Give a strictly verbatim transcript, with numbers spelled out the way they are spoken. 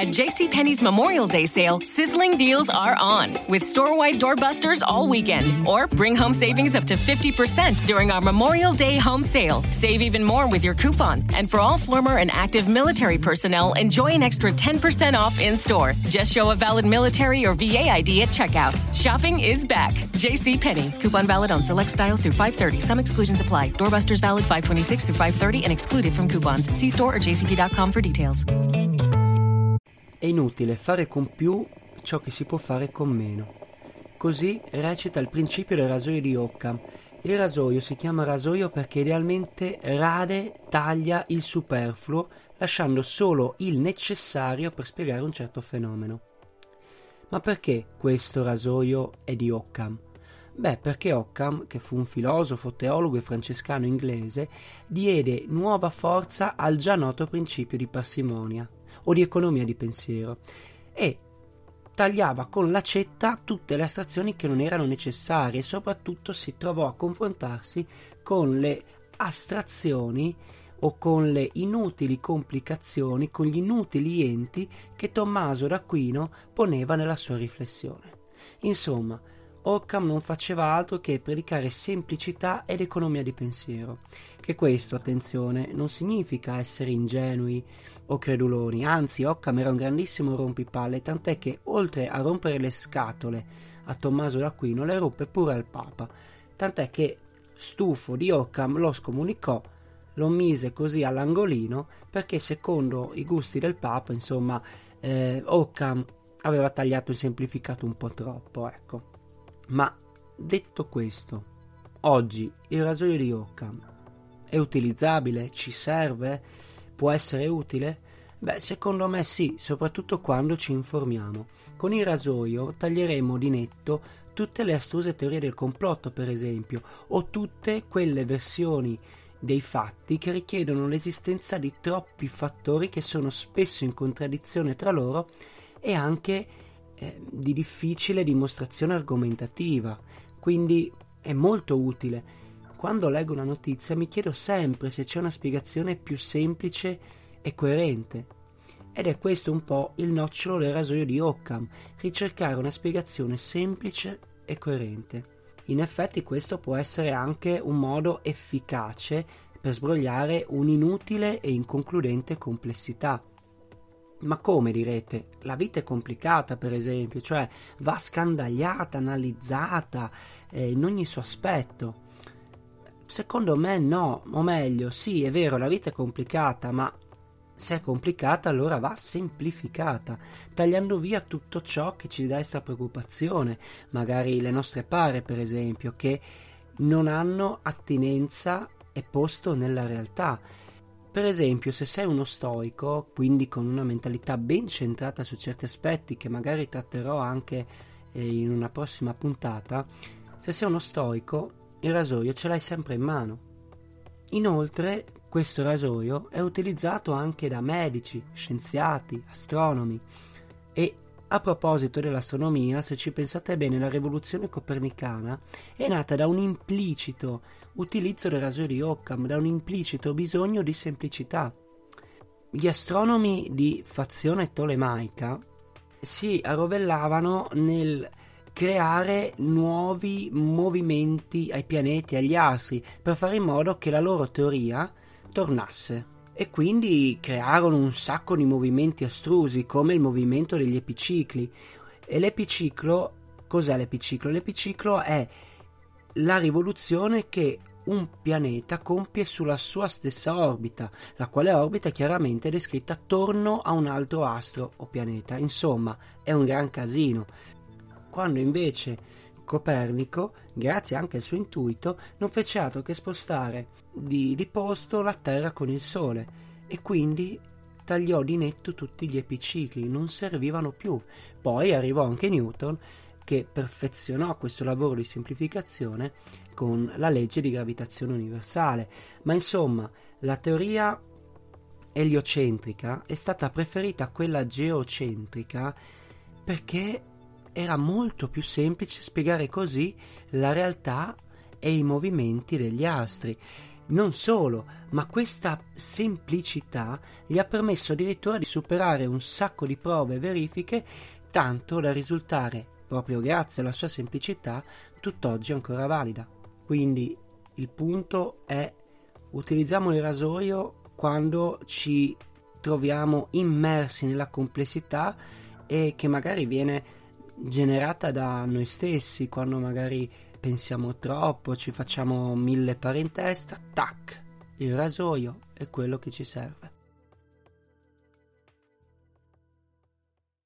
At JCPenney's Memorial Day sale, sizzling deals are on, with store-wide doorbusters all weekend. Or bring home savings up to fifty percent during our Memorial Day home sale. Save even more with your coupon. And for all former and active military personnel, enjoy an extra ten percent off in-store. Just show a valid military or V A I D at checkout. Shopping is back. JCPenney. Coupon valid on select styles through five thirty. Some exclusions apply. Doorbusters valid five twenty-six through five thirty and excluded from coupons. See store or j c p dot com for details. È inutile fare con più ciò che si può fare con meno. Così recita il principio del rasoio di Occam. Il rasoio si chiama rasoio perché idealmente rade, taglia il superfluo, lasciando solo il necessario per spiegare un certo fenomeno. Ma perché questo rasoio è di Occam? Beh, perché Occam, che fu un filosofo, teologo e francescano inglese, diede nuova forza al già noto principio di parsimonia o di economia di pensiero e tagliava con l'accetta tutte le astrazioni che non erano necessarie e soprattutto si trovò a confrontarsi con le astrazioni o con le inutili complicazioni, con gli inutili enti che Tommaso d'Aquino poneva nella sua riflessione. Insomma, Occam non faceva altro che predicare semplicità ed economia di pensiero. Che questo, attenzione, non significa essere ingenui o creduloni, anzi Occam era un grandissimo rompipalle, tant'è che oltre a rompere le scatole a Tommaso d'Aquino le ruppe pure al Papa, tant'è che, stufo di Occam, lo scomunicò, lo mise così all'angolino perché secondo i gusti del Papa, insomma, eh, Occam aveva tagliato e semplificato un po' troppo, ecco. Ma detto questo, oggi il rasoio di Occam è utilizzabile? Ci serve? Può essere utile? Beh, secondo me sì, soprattutto quando ci informiamo. Con il rasoio taglieremo di netto tutte le astruse teorie del complotto, per esempio, o tutte quelle versioni dei fatti che richiedono l'esistenza di troppi fattori che sono spesso in contraddizione tra loro e anche eh, di difficile dimostrazione argomentativa. Quindi è molto utile. Quando leggo una notizia mi chiedo sempre se c'è una spiegazione più semplice e coerente. Ed è questo un po' il nocciolo del rasoio di Occam, ricercare una spiegazione semplice e coerente. In effetti questo può essere anche un modo efficace per sbrogliare un'inutile e inconcludente complessità. Ma come, direte? La vita è complicata, per esempio, cioè va scandagliata, analizzata eh, in ogni suo aspetto. Secondo me no, o meglio, sì, è vero, la vita è complicata, ma se è complicata allora va semplificata, tagliando via tutto ciò che ci desta preoccupazione, magari le nostre pare, per esempio, che non hanno attinenza e posto nella realtà. Per esempio, se sei uno stoico, quindi con una mentalità ben centrata su certi aspetti che magari tratterò anche eh, in una prossima puntata, se sei uno stoico il rasoio ce l'hai sempre in mano. Inoltre, questo rasoio è utilizzato anche da medici, scienziati, astronomi. E a proposito dell'astronomia, se ci pensate bene, la rivoluzione copernicana è nata da un implicito utilizzo del rasoio di Occam, da un implicito bisogno di semplicità. Gli astronomi di fazione tolemaica si arrovellavano nel creare nuovi movimenti ai pianeti, agli astri, per fare in modo che la loro teoria tornasse. E quindi crearono un sacco di movimenti astrusi, come il movimento degli epicicli. E l'epiciclo, cos'è l'epiciclo? L'epiciclo è la rivoluzione che un pianeta compie sulla sua stessa orbita, la quale orbita è chiaramente descritta attorno a un altro astro o pianeta. Insomma, è un gran casino. Quando invece Copernico, grazie anche al suo intuito, non fece altro che spostare di, di posto la Terra con il Sole e quindi tagliò di netto tutti gli epicicli, non servivano più. Poi arrivò anche Newton, che perfezionò questo lavoro di semplificazione con la legge di gravitazione universale. Ma insomma, la teoria eliocentrica è stata preferita a quella geocentrica perché era molto più semplice spiegare così la realtà e i movimenti degli astri. Non solo, ma questa semplicità gli ha permesso addirittura di superare un sacco di prove e verifiche, tanto da risultare, proprio grazie alla sua semplicità, tutt'oggi ancora valida. Quindi il punto è: utilizziamo il rasoio quando ci troviamo immersi nella complessità e che magari viene generata da noi stessi, quando magari pensiamo troppo, ci facciamo mille pari in testa, tac, il rasoio è quello che ci serve.